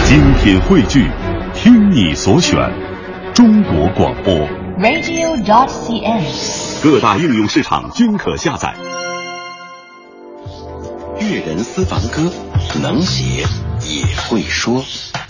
精品汇聚，听你所选，中国广播 radio.cn， 各大应用市场均可下载。 粤人私房歌，能写也会说。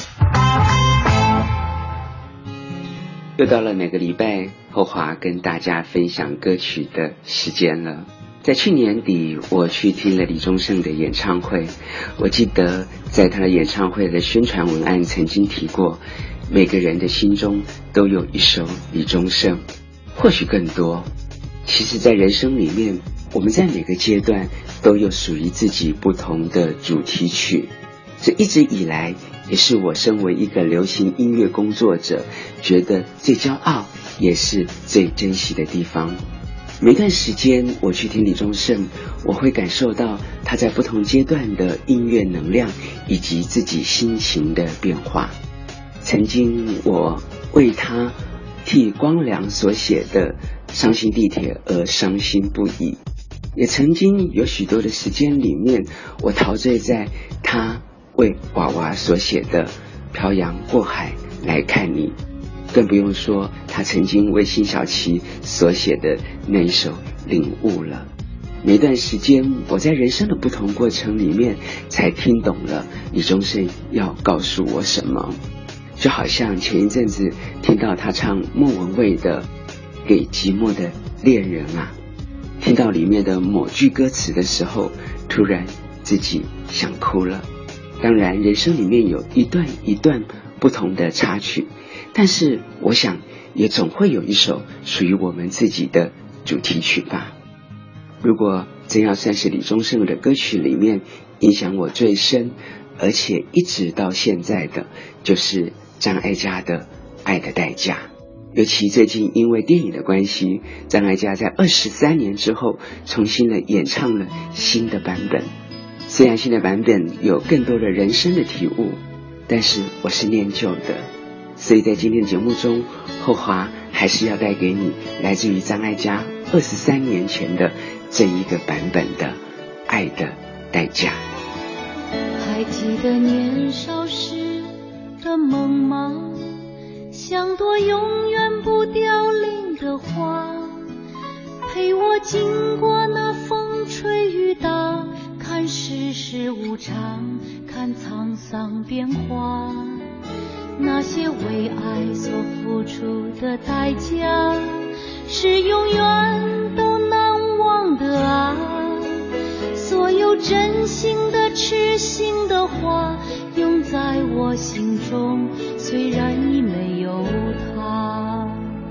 又到了每个礼拜后华跟大家分享歌曲的时间了。在去年底，我去听了李宗盛的演唱会。我记得在他的演唱会的宣传文案曾经提过，每个人的心中都有一首李宗盛，或许更多。其实在人生里面，我们在每个阶段都有属于自己不同的主题曲，这一直以来也是我身为一个流行音乐工作者觉得最骄傲也是最珍惜的地方。每段时间我去听李宗盛，我会感受到他在不同阶段的音乐能量以及自己心情的变化。曾经我为他替光良所写的伤心地铁而伤心不已，也曾经有许多的时间里面，我陶醉在他为娃娃所写的漂洋过海来看你，更不用说他曾经为辛晓琪所写的那一首领悟了。每段时间我在人生的不同过程里面才听懂了李宗盛要告诉我什么。就好像前一阵子听到他唱莫文蔚的给寂寞的恋人啊，听到里面的某句歌词的时候，突然自己想哭了。当然人生里面有一段一段不同的插曲，但是我想也总会有一首属于我们自己的主题曲吧。如果真要算是李宗盛的歌曲里面影响我最深而且一直到现在的，就是张艾嘉的《爱的代价》。尤其最近因为电影的关系，张艾嘉在23年之后重新的演唱了新的版本。虽然新的版本有更多的人生的体悟，但是我是念旧的，所以在今天的节目中，后华还是要带给你来自于张艾嘉23年前的这一个版本的《爱的代价》。 还记得年少时的梦吗？像朵永远不凋零的花，陪我经过那风吹雨打，看世事无常，看沧桑变化。那些为爱所付出的代价，是永远都难忘的啊。所有真心的痴心的话，永在我心中，虽然已没有他。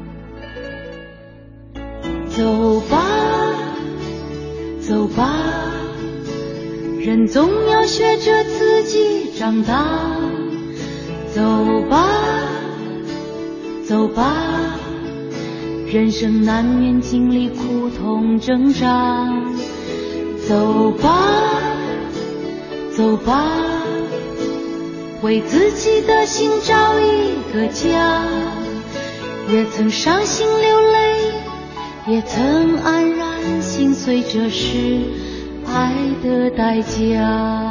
走吧走吧，人总要学着自己长大。走吧走吧，人生难免经历苦痛挣扎。走吧走吧，为自己的心找一个家。也曾伤心流泪，也曾安然心碎，这是爱的代价。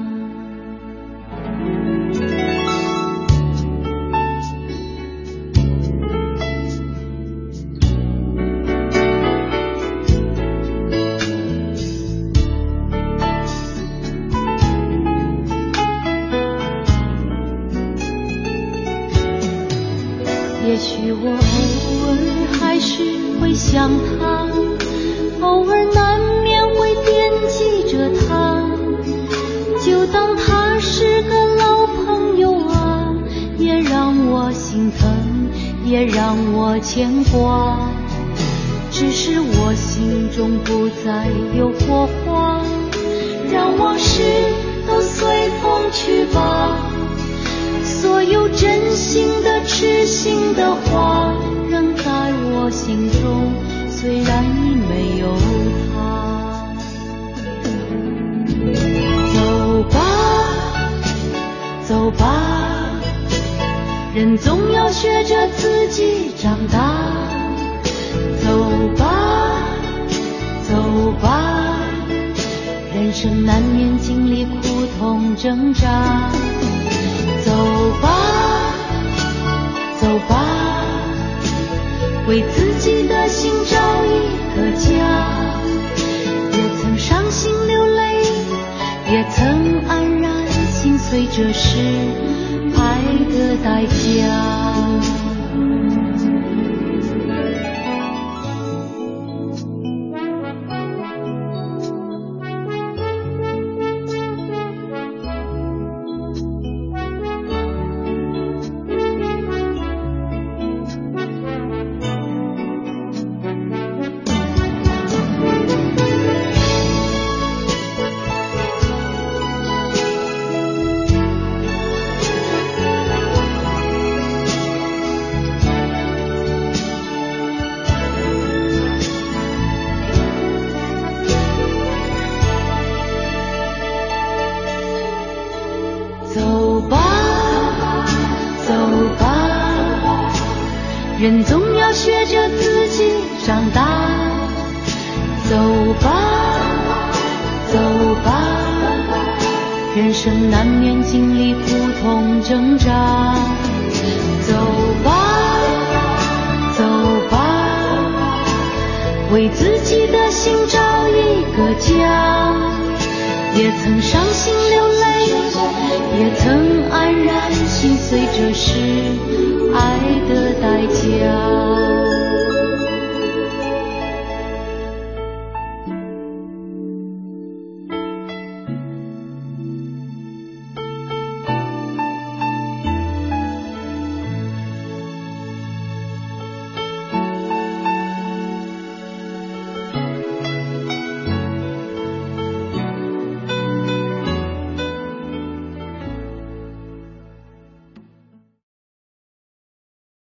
也许我偶尔还是会想他，偶尔难免会惦记着他，就当他是个老朋友啊，也让我心疼，也让我牵挂。只是我心中不再有火花，让往事都随风去吧。所有真心的痴心的话，仍在我心中，虽然已没有他。走吧走吧，人总要学着自己长大。走吧走吧，人生难免经历苦痛挣扎。走着是爱的代价。人总要学着自己长大，走吧，走吧，人生难免经历苦痛挣扎，走吧，走吧，为自己的心找一个家，也曾伤心流泪，也曾黯然心碎，这是爱的代价。